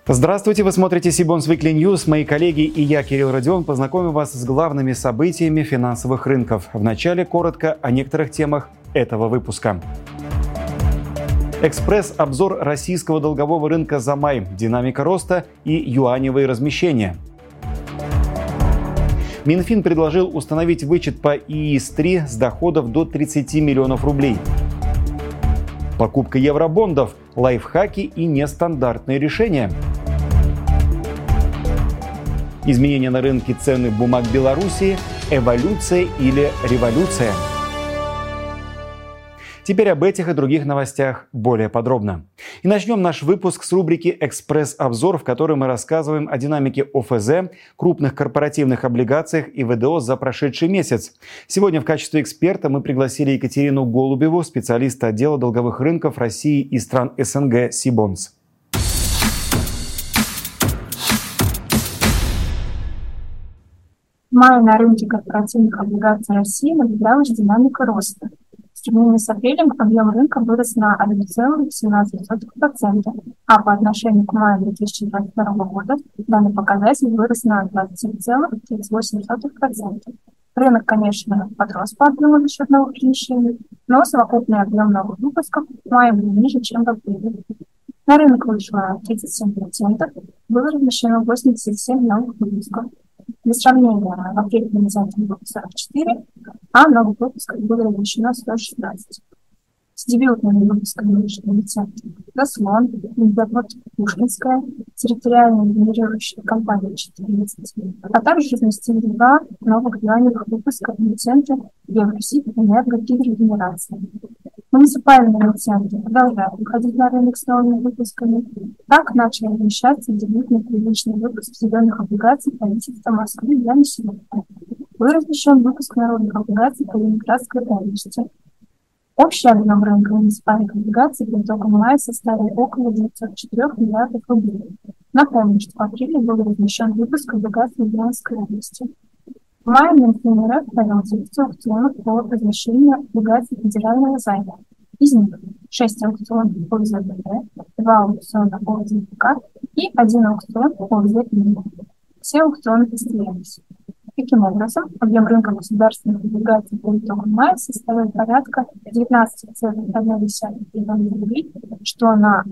Здравствуйте, вы смотрите Сибонс Weekly News. Мои коллеги и я, Кирилл Родион, познакомим вас с главными событиями финансовых рынков. Вначале коротко о некоторых темах этого выпуска. Экспресс-обзор российского долгового рынка за май, динамика роста и юаневые размещения. Минфин предложил установить вычет по ИИС-3 с доходов до 30 миллионов рублей. Покупка евробондов, лайфхаки и нестандартные решения. Изменения на рынке ценных бумаг Белоруссии, эволюция или революция. Теперь об этих и других новостях более подробно. И начнем наш выпуск с рубрики «Экспресс-обзор», в которой мы рассказываем о динамике ОФЗ, крупных корпоративных облигациях и ВДО за прошедший месяц. Сегодня в качестве эксперта мы пригласили Екатерину Голубеву, специалиста отдела долговых рынков России и стран СНГ Сибонс. В мае на рынке корпоративных облигаций России наблюдалась динамика роста. В сравнении с апрелем объем рынка вырос на 1,17%, а по отношению к маю 2022 года данный показатель вырос на 27,38%. Рынок, конечно, подрос по объему за счет новых размещений, но совокупный объем новых выпусков в мае был ниже, чем в апреле. На рынок вышло 37%, было размещено 87 новых выпусков. Для сравнения, в апреле эмитентом было 44, а новых выпусков было размещено 116. С дебютными выпусками вышли эмитенты «Заслон», «Медиапорт Пушкинская», территориальная генерирующая компания 14, а также разместили два новых юаневых выпуска эмитента «Евросиб» и «Энергогидрогенерация». Муниципальные эмитенты продолжают выходить на рынок с новыми выпусками. Так начал размещаться дебютный привычный выпуск зеленых облигаций правительства Москвы для населения. Был размещен выпуск народных облигаций по Ленинградской области. Общий объем рынка муниципальных облигаций по итогам мая составил около 904 миллиардов рублей. Напомню, что в апреле был размещен выпуск облигаций Ленинградской области. В мае Минфин РФ провел 9 аукционов по размещению облигаций федерального займа. Из них 6 аукционов по ЗБД, 2 аукциона по ЗПК и 1 аукцион по ЗИ. Все аукционы состоялись. Таким образом, объем рынка государственных облигаций по итогам мая составил порядка 19,1 миллиона рублей, что на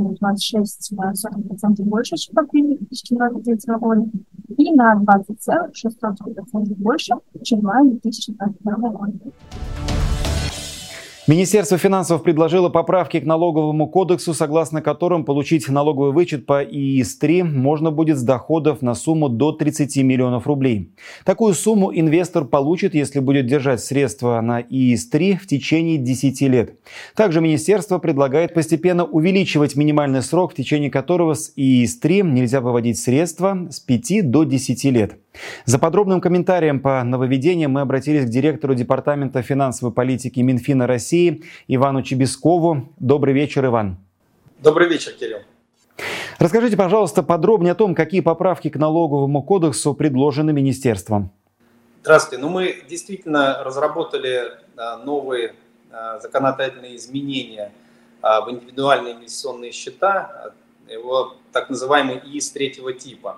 1,26% больше, чем в апреле 2023 года, и на 20,6% больше, чем в мае 2022 года. Министерство финансов предложило поправки к налоговому кодексу, согласно которым получить налоговый вычет по ИИС-3 можно будет с доходов на сумму до 30 миллионов рублей. Такую сумму инвестор получит, если будет держать средства на ИИС-3 в течение 10 лет. Также министерство предлагает постепенно увеличивать минимальный срок, в течение которого с ИИС-3 нельзя выводить средства с 5 до 10 лет. За подробным комментарием по нововведениям мы обратились к директору Департамента финансовой политики Минфина России Ивану Чебескову. Добрый вечер, Иван. Добрый вечер, Кирилл. Расскажите, пожалуйста, подробнее о том, какие поправки к налоговому кодексу предложены министерством. Здравствуйте. Мы действительно разработали новые законодательные изменения в индивидуальные инвестиционные счета, его так называемый ИИС третьего типа.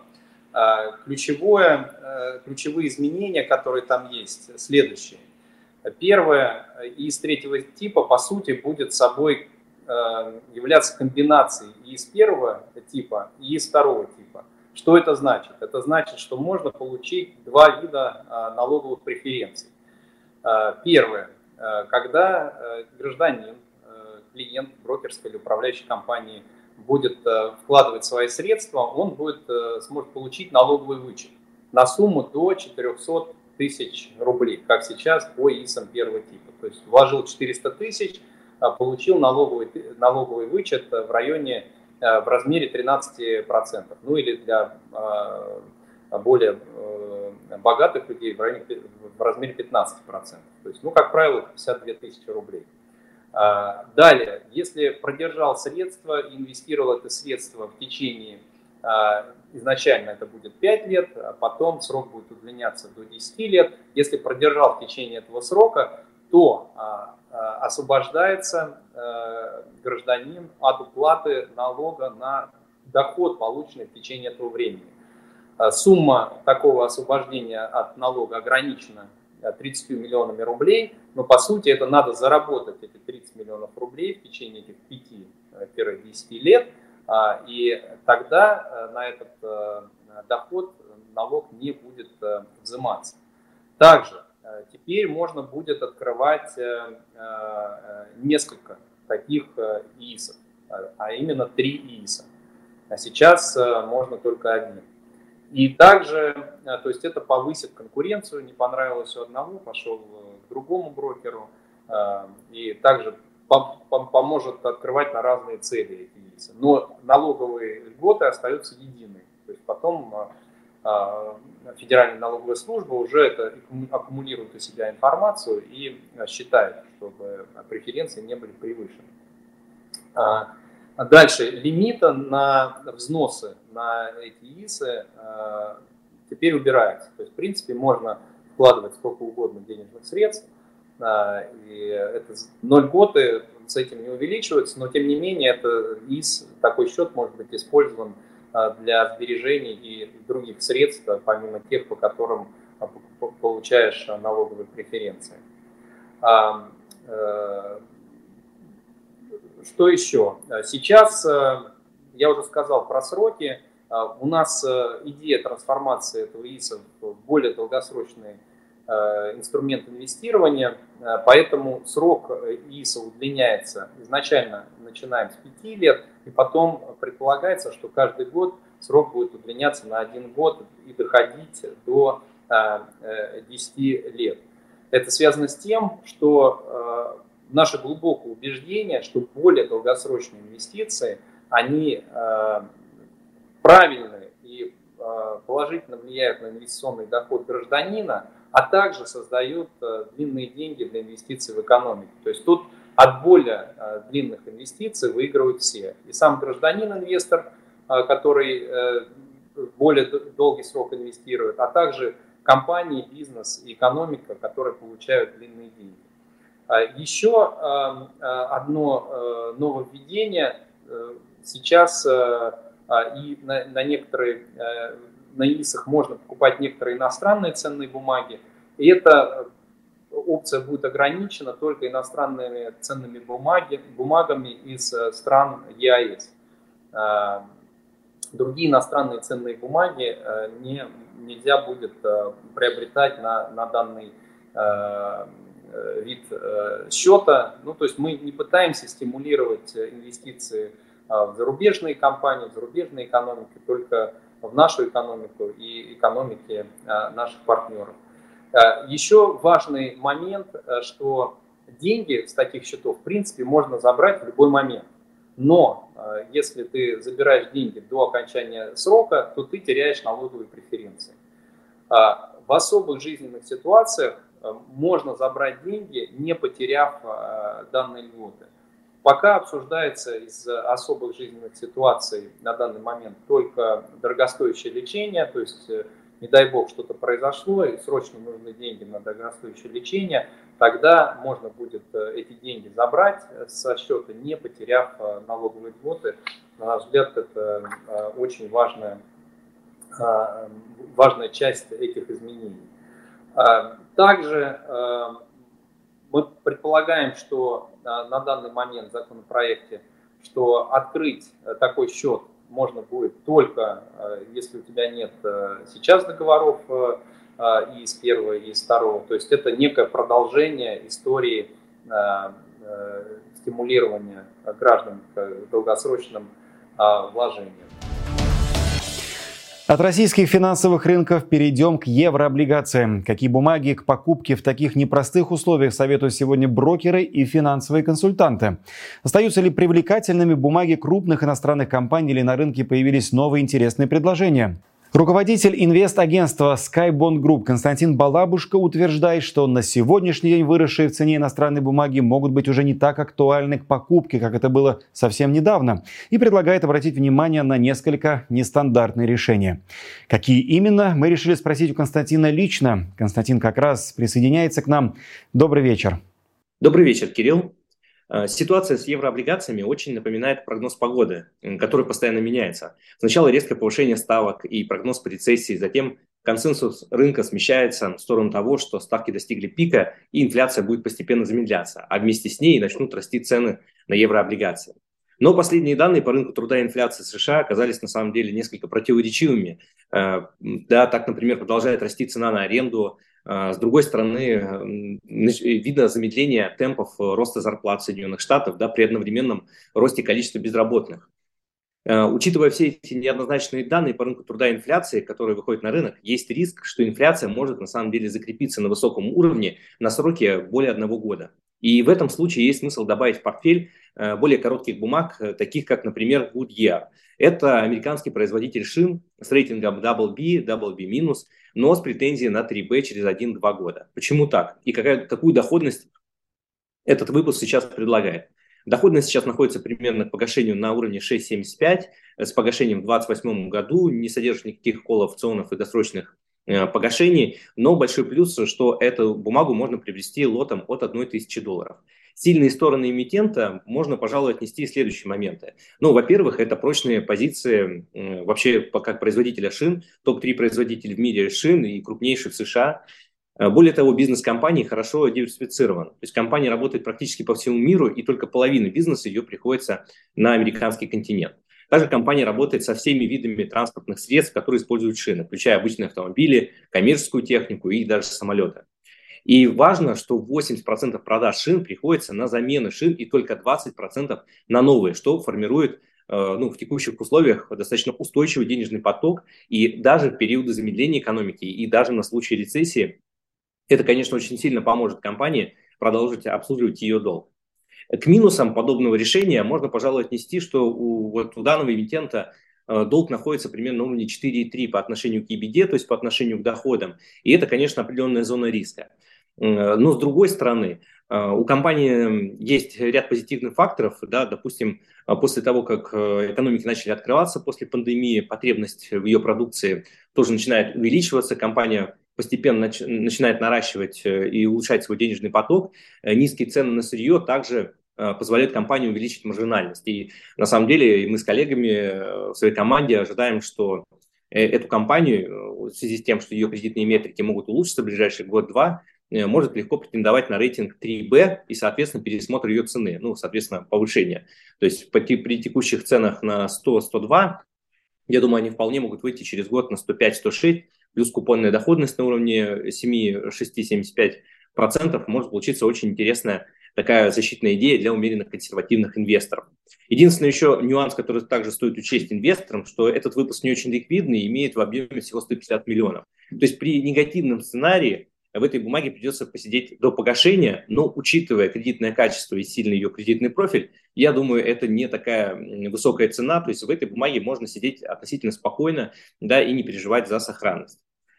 Ключевые изменения, которые там есть, следующие. Первое, ИИС третьего типа, по сути, будет собой являться комбинацией ИИС первого типа и ИИС второго типа. Что это значит? Это значит, что можно получить два вида налоговых преференций. Первое, когда гражданин, клиент брокерской или управляющей компании будет вкладывать свои средства, он сможет получить налоговый вычет на сумму до 400 тысяч рублей, как сейчас по ИИСам первого типа. То есть вложил 400 тысяч, получил налоговый вычет в размере 13%. Ну или для более богатых людей в размере 15%. То есть, как правило, 52 тысячи рублей. Далее, если продержал средства, инвестировал это средство в течение, изначально это будет 5 лет, а потом срок будет удлиняться до 10 лет. Если продержал в течение этого срока, то освобождается гражданин от уплаты налога на доход, полученный в течение этого времени. Сумма такого освобождения от налога ограничена 30 миллионами рублей, но по сути это надо заработать, эти 30 миллионов рублей в течение этих 5-10 лет, и тогда на этот доход налог не будет взиматься. Также теперь можно будет открывать несколько таких ИИСов, а именно 3 ИИСа. А сейчас можно только один. И также, то есть это повысит конкуренцию, не понравилось у одного, пошел к другому брокеру, и также поможет открывать на разные цели эти ИИСы. Но налоговые льготы остаются единые. То есть потом Федеральная налоговая служба уже это аккумулирует у себя информацию и считает, чтобы преференции не были превышены. Дальше, лимита на взносы на эти ИИСы теперь убирается. То есть, в принципе, можно вкладывать сколько угодно денежных средств, и это 0 льготы с этим не увеличивается, но тем не менее это ИИС, такой счет может быть использован для сбережений и других средств, помимо тех, по которым получаешь налоговые преференции. Что еще? Сейчас, я уже сказал про сроки, у нас идея трансформации этого ИИСа в более долгосрочный инструмент инвестирования, поэтому срок ИИСа удлиняется. Изначально начинаем с 5 лет, и потом предполагается, что каждый год срок будет удлиняться на 1 год и доходить до 10 лет. Это связано с тем, что наше глубокое убеждение, что более долгосрочные инвестиции, они правильные и положительно влияют на инвестиционный доход гражданина, а также создают длинные деньги для инвестиций в экономику. То есть тут от более длинных инвестиций выигрывают все. И сам гражданин-инвестор, который более долгий срок инвестирует, а также компании, бизнес и экономика, которые получают длинные деньги. Еще одно нововведение. Сейчас и на некоторые на ИИСах можно покупать некоторые иностранные ценные бумаги, и эта опция будет ограничена только иностранными ценными бумагами из стран ЕАЭС. Другие иностранные ценные бумаги нельзя будет приобретать на данный вид счета. Ну, то есть мы не пытаемся стимулировать инвестиции в зарубежные компании, в зарубежные экономики, только в нашу экономику и экономики наших партнеров. Еще важный момент, что деньги с таких счетов в принципе можно забрать в любой момент. Но если ты забираешь деньги до окончания срока, то ты теряешь налоговые преференции. В особых жизненных ситуациях можно забрать деньги, не потеряв данные льготы. Пока обсуждается из особых жизненных ситуаций на данный момент только дорогостоящее лечение, то есть, не дай бог, что-то произошло и срочно нужны деньги на дорогостоящее лечение, тогда можно будет эти деньги забрать со счета, не потеряв налоговые льготы. На наш взгляд, это очень важная часть этих изменений. Также мы предполагаем, что на данный момент в законопроекте, что открыть такой счет можно будет только, если у тебя нет сейчас договоров и из первого, и из второго. То есть это некое продолжение истории стимулирования граждан к долгосрочным вложениям. От российских финансовых рынков перейдем к еврооблигациям. Какие бумаги к покупке в таких непростых условиях советуют сегодня брокеры и финансовые консультанты? Остаются ли привлекательными бумаги крупных иностранных компаний или на рынке появились новые интересные предложения? Руководитель инвест-агентства Skybond Group Константин Балабушко утверждает, что на сегодняшний день выросшие в цене иностранные бумаги могут быть уже не так актуальны к покупке, как это было совсем недавно, и предлагает обратить внимание на несколько нестандартные решения. Какие именно, мы решили спросить у Константина лично. Константин как раз присоединяется к нам. Добрый вечер. Добрый вечер, Кирилл. Ситуация с еврооблигациями очень напоминает прогноз погоды, который постоянно меняется. Сначала резкое повышение ставок и прогноз по рецессии, затем консенсус рынка смещается в сторону того, что ставки достигли пика и инфляция будет постепенно замедляться, а вместе с ней начнут расти цены на еврооблигации. Но последние данные по рынку труда и инфляции США оказались на самом деле несколько противоречивыми. Да, так, например, продолжает расти цена на аренду. С другой стороны, видно замедление темпов роста зарплат в Соединенных Штатах, да, при одновременном росте количества безработных. Учитывая все эти неоднозначные данные по рынку труда и инфляции, которые выходят на рынок, есть риск, что инфляция может на самом деле закрепиться на высоком уровне на сроке более 1 года. И в этом случае есть смысл добавить в портфель более коротких бумаг, таких как, например, Goodyear. Это американский производитель шин с рейтингом BB, BB-, но с претензией на 3B через 1-2 года. Почему так? И какую доходность этот выпуск сейчас предлагает? Доходность сейчас находится примерно к погашению на уровне 6,75, с погашением в 2028 году, не содержит никаких колл-опционов и досрочных погашений, но большой плюс, что эту бумагу можно приобрести лотом от $1000. Сильные стороны эмитента можно, пожалуй, отнести следующие моменты. Ну, во-первых, это прочные позиции вообще как производителя шин, топ-3 производителя в мире шин и крупнейший в США. Более того, бизнес компании хорошо диверсифицирован. То есть компания работает практически по всему миру, и только половина бизнеса ее приходится на американский континент. Также компания работает со всеми видами транспортных средств, которые используют шины, включая обычные автомобили, коммерческую технику и даже самолеты. И важно, что 80% продаж шин приходится на замену шин и только 20% на новые, что формирует в текущих условиях достаточно устойчивый денежный поток. И даже в периоды замедления экономики и даже на случай рецессии это, конечно, очень сильно поможет компании продолжить обслуживать ее долг. К минусам подобного решения можно, пожалуй, отнести, что у данного эмитента долг находится примерно на уровне 4,3 по отношению к EBITDA, то есть по отношению к доходам. И это, конечно, определенная зона риска. Но с другой стороны, у компании есть ряд позитивных факторов. Да, допустим, после того, как экономики начали открываться после пандемии, потребность в ее продукции тоже начинает увеличиваться. Компания постепенно начинает наращивать и улучшать свой денежный поток. Низкие цены на сырье также позволяют компании увеличить маржинальность. И на самом деле мы с коллегами в своей команде ожидаем, что эту компанию в связи с тем, что ее кредитные метрики могут улучшиться в ближайший год-два, может легко претендовать на рейтинг 3B и, соответственно, пересмотр ее цены, соответственно, повышение. То есть при текущих ценах на 100-102, я думаю, они вполне могут выйти через год на 105-106, плюс купонная доходность на уровне 7,6-7,75%, может получиться очень интересная такая защитная идея для умеренно консервативных инвесторов. Единственный еще нюанс, который также стоит учесть инвесторам, что этот выпуск не очень ликвидный и имеет в объеме всего 150 миллионов. То есть при негативном сценарии в этой бумаге придется посидеть до погашения, но учитывая кредитное качество и сильный ее кредитный профиль, я думаю, это не такая высокая цена, то есть в этой бумаге можно сидеть относительно спокойно, да, и не переживать за сохранность.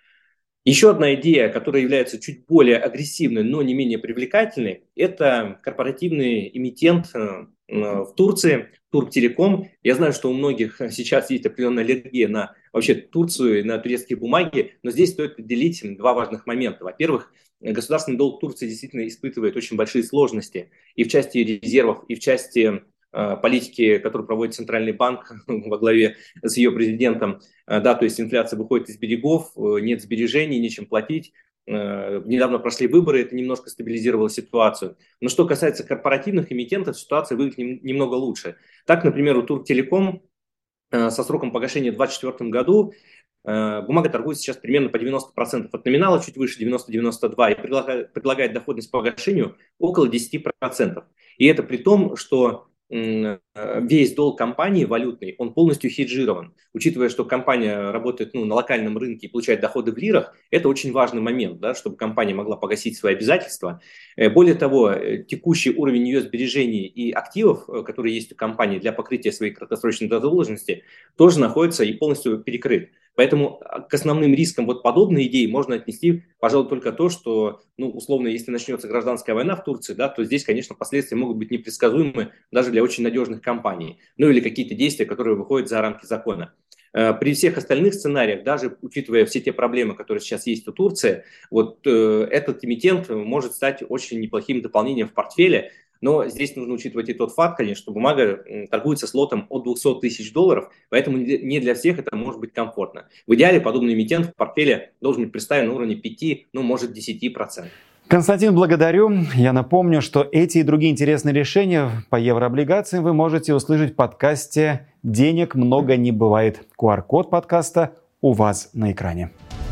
Еще одна идея, которая является чуть более агрессивной, но не менее привлекательной, это корпоративный эмитент в Турции, Турктелеком. Я знаю, что у многих сейчас есть определенная аллергия на вообще Турцию и на турецкие бумаги, но здесь стоит отделить два важных момента. Во-первых, государственный долг Турции действительно испытывает очень большие сложности и в части резервов, и в части политики, которую проводит Центральный банк во главе с ее президентом. Да, то есть инфляция выходит из берегов, нет сбережений, нечем платить. Недавно прошли выборы, это немножко стабилизировало ситуацию. Но что касается корпоративных эмитентов, ситуация выглядит немного лучше. Так, например, у Турктелеком со сроком погашения в 2024 году бумага торгуется сейчас примерно по 90% от номинала, чуть выше 90-92, и предлагает доходность по погашению около 10%. И это при том, что весь долг компании валютный, он полностью хеджирован. Учитывая, что компания работает на локальном рынке и получает доходы в лирах, это очень важный момент, да, чтобы компания могла погасить свои обязательства. Более того, текущий уровень ее сбережений и активов, которые есть у компании для покрытия своей краткосрочной задолженности, тоже находится и полностью перекрыт. Поэтому к основным рискам подобной идеи можно отнести, пожалуй, только то, что, условно, если начнется гражданская война в Турции, да, то здесь, конечно, последствия могут быть непредсказуемы даже для очень надежных компаний, или какие-то действия, которые выходят за рамки закона. При всех остальных сценариях, даже учитывая все те проблемы, которые сейчас есть у Турции, этот эмитент может стать очень неплохим дополнением в портфеле. Но здесь нужно учитывать и тот факт, конечно, что бумага торгуется с лотом от $200 тысяч, поэтому не для всех это может быть комфортно. В идеале подобный эмитент в портфеле должен быть представлен на уровне 5, ну, может, 10%. Константин, благодарю. Я напомню, что эти и другие интересные решения по еврооблигациям вы можете услышать в подкасте «Денег много не бывает». QR-код подкаста у вас на экране.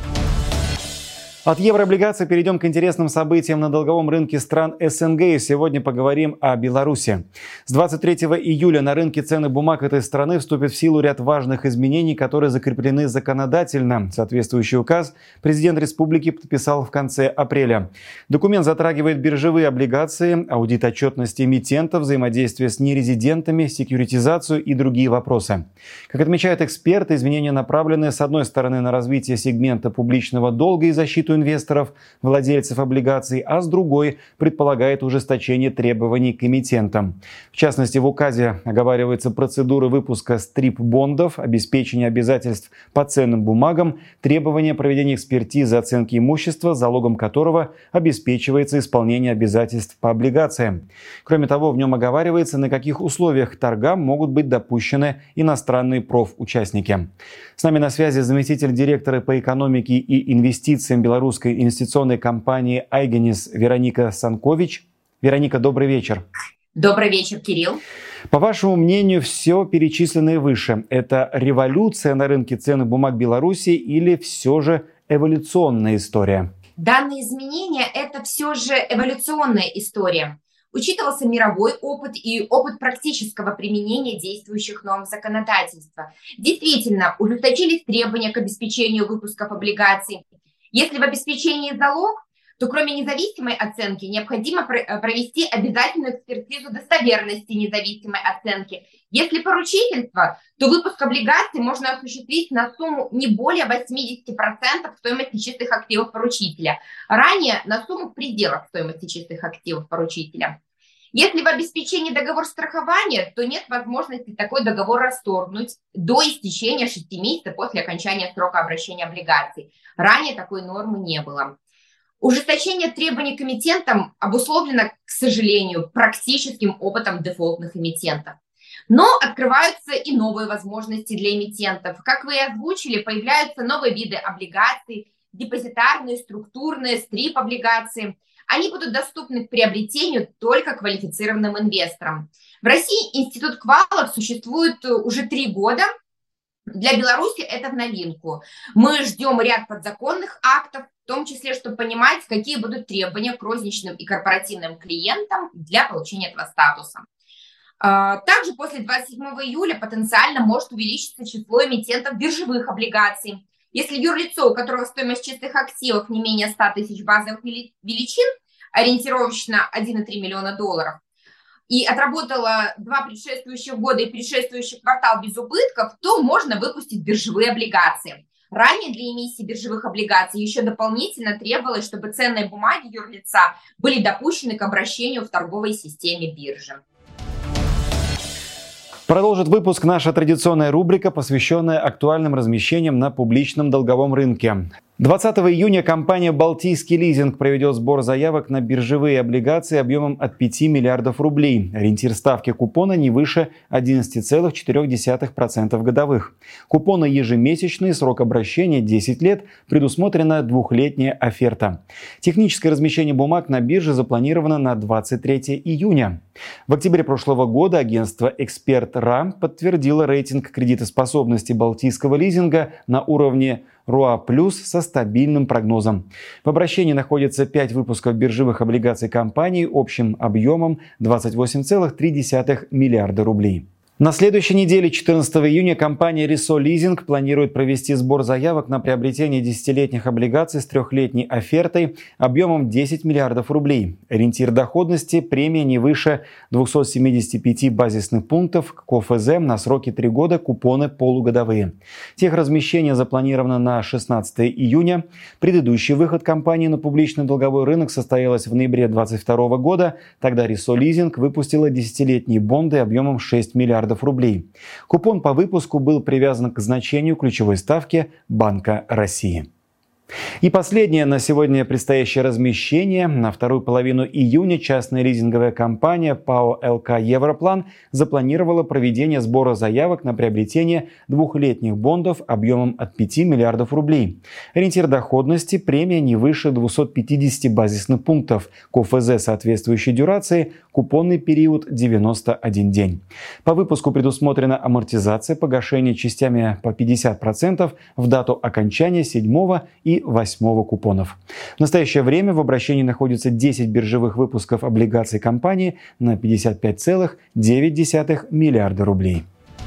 От еврооблигаций перейдем к интересным событиям на долговом рынке стран СНГ. И сегодня поговорим о Беларуси. С 23 июля на рынке ценных бумаг этой страны вступит в силу ряд важных изменений, которые закреплены законодательно. Соответствующий указ президент республики подписал в конце апреля. Документ затрагивает биржевые облигации, аудит отчетности эмитентов, взаимодействие с нерезидентами, секьюритизацию и другие вопросы. Как отмечают эксперты, изменения направлены, с одной стороны, на развитие сегмента публичного долга и защиту инвесторов, владельцев облигаций, а с другой предполагает ужесточение требований к эмитентам. В частности, в указе оговариваются процедуры выпуска стрип-бондов, обеспечение обязательств по ценным бумагам, требования проведения экспертизы оценки имущества, залогом которого обеспечивается исполнение обязательств по облигациям. Кроме того, в нем оговаривается, на каких условиях торгам могут быть допущены иностранные профучастники. С нами на связи заместитель директора по экономике и инвестициям Белорусской инвестиционной компании «Айгенис» Вероника Санкович. Вероника, добрый вечер. Добрый вечер, Кирилл. По вашему мнению, все перечисленное выше – это революция на рынке ценных бумаг Беларуси или все же эволюционная история? Данные изменения – это все же эволюционная история. Учитывался мировой опыт и опыт практического применения действующих норм законодательства. Действительно, ужесточились требования к обеспечению выпусков облигаций. Если в обеспечении залог, то кроме независимой оценки необходимо провести обязательную экспертизу достоверности независимой оценки. Если поручительство, то выпуск облигаций можно осуществить на сумму не более 80% стоимости чистых активов поручителя. Ранее на сумму в пределах стоимости чистых активов поручителя. Если в обеспечении договор страхования, то нет возможности такой договор расторгнуть до истечения 6 месяцев после окончания срока обращения облигаций. Ранее такой нормы не было. Ужесточение требований к эмитентам обусловлено, к сожалению, практическим опытом дефолтных эмитентов. Но открываются и новые возможности для эмитентов. Как вы и озвучили, появляются новые виды облигаций, депозитарные, структурные, стрип-облигации. Они будут доступны к приобретению только квалифицированным инвесторам. В России институт квалов существует уже 3 года. Для Беларуси это в новинку. Мы ждем ряд подзаконных актов, в том числе, чтобы понимать, какие будут требования к розничным и корпоративным клиентам для получения этого статуса. Также после 27 июля потенциально может увеличиться число эмитентов биржевых облигаций. Если юрлицо, у которого стоимость чистых активов не менее 100 тысяч базовых величин, ориентировочно $1,3 миллиона, и отработала 2 предшествующих года и предшествующий квартал без убытков, то можно выпустить биржевые облигации. Ранее для эмиссии биржевых облигаций еще дополнительно требовалось, чтобы ценные бумаги юрлица были допущены к обращению в торговой системе биржи. Продолжит выпуск наша традиционная рубрика, посвященная актуальным размещениям на публичном долговом рынке. 20 июня компания «Балтийский лизинг» проведет сбор заявок на биржевые облигации объемом от 5 миллиардов рублей. Ориентир ставки купона не выше 11,4% годовых. Купоны ежемесячные, срок обращения 10 лет, предусмотрена 2-летняя оферта. Техническое размещение бумаг на бирже запланировано на 23 июня. В октябре прошлого года агентство «Эксперт РА» подтвердило рейтинг кредитоспособности «Балтийского лизинга» на уровне РОА+ со стабильным прогнозом. В обращении находится 5 выпусков биржевых облигаций компании общим объемом 28,3 миллиарда рублей. На следующей неделе, 14 июня, компания «Ресо Лизинг» планирует провести сбор заявок на приобретение 10-летних облигаций с 3-летней офертой объемом 10 миллиардов рублей. Ориентир доходности – премия не выше 275 базисных пунктов к КФЗ на сроки 3 года, купоны полугодовые. Техразмещение запланировано на 16 июня. Предыдущий выход компании на публичный долговой рынок состоялось в ноябре 2022 года. Тогда «Ресо Лизинг» выпустила 10-летние бонды объемом 6 миллиардов рублей. Купон по выпуску был привязан к значению ключевой ставки Банка России. И последнее на сегодня предстоящее размещение. На вторую половину июня частная лизинговая компания ПАО ЛК «Европлан» запланировала проведение сбора заявок на приобретение двухлетних бондов объемом от 5 миллиардов рублей. Ориентир доходности – премия не выше 250 базисных пунктов, КФЗ соответствующей дюрации, купонный период 91 день. По выпуску предусмотрена амортизация, погашение частями по 50% в дату окончания 7 и 8 купонов. В настоящее время в обращении находится 10 биржевых выпусков облигаций компании на 55,9 миллиарда рублей.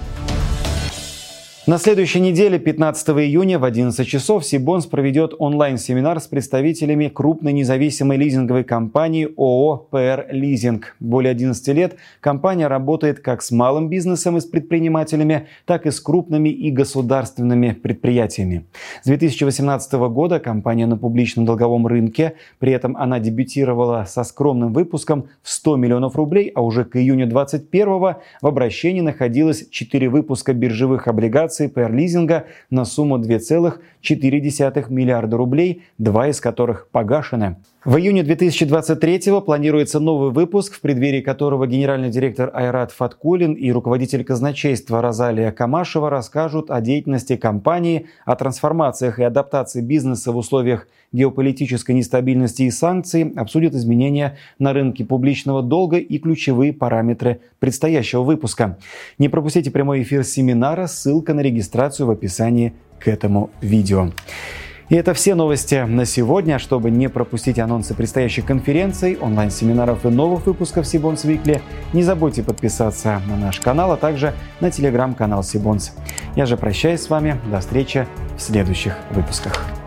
На следующей неделе, 15 июня в 11 часов, Сибонс проведет онлайн-семинар с представителями крупной независимой лизинговой компании ООО «ПР Лизинг». Более 11 лет компания работает как с малым бизнесом и с предпринимателями, так и с крупными и государственными предприятиями. С 2018 года компания на публичном долговом рынке, при этом она дебютировала со скромным выпуском в 100 миллионов рублей, а уже к июню 2021 в обращении находилось 4 выпуска биржевых облигаций ПР-лизинга на сумму 2,4 миллиарда рублей, 2 из которых погашены. В июне 2023 планируется новый выпуск, в преддверии которого генеральный директор Айрат Фаткуллин и руководитель казначейства Розалия Камашева расскажут о деятельности компании, о трансформациях и адаптации бизнеса в условиях геополитической нестабильности и санкций, обсудят изменения на рынке публичного долга и ключевые параметры предстоящего выпуска. Не пропустите прямой эфир семинара, ссылка на регистрацию в описании к этому видео. И это все новости на сегодня. Чтобы не пропустить анонсы предстоящих конференций, онлайн-семинаров и новых выпусков Сибонс Викли, не забудьте подписаться на наш канал, а также на телеграм-канал Сибонс. Я же прощаюсь с вами. До встречи в следующих выпусках.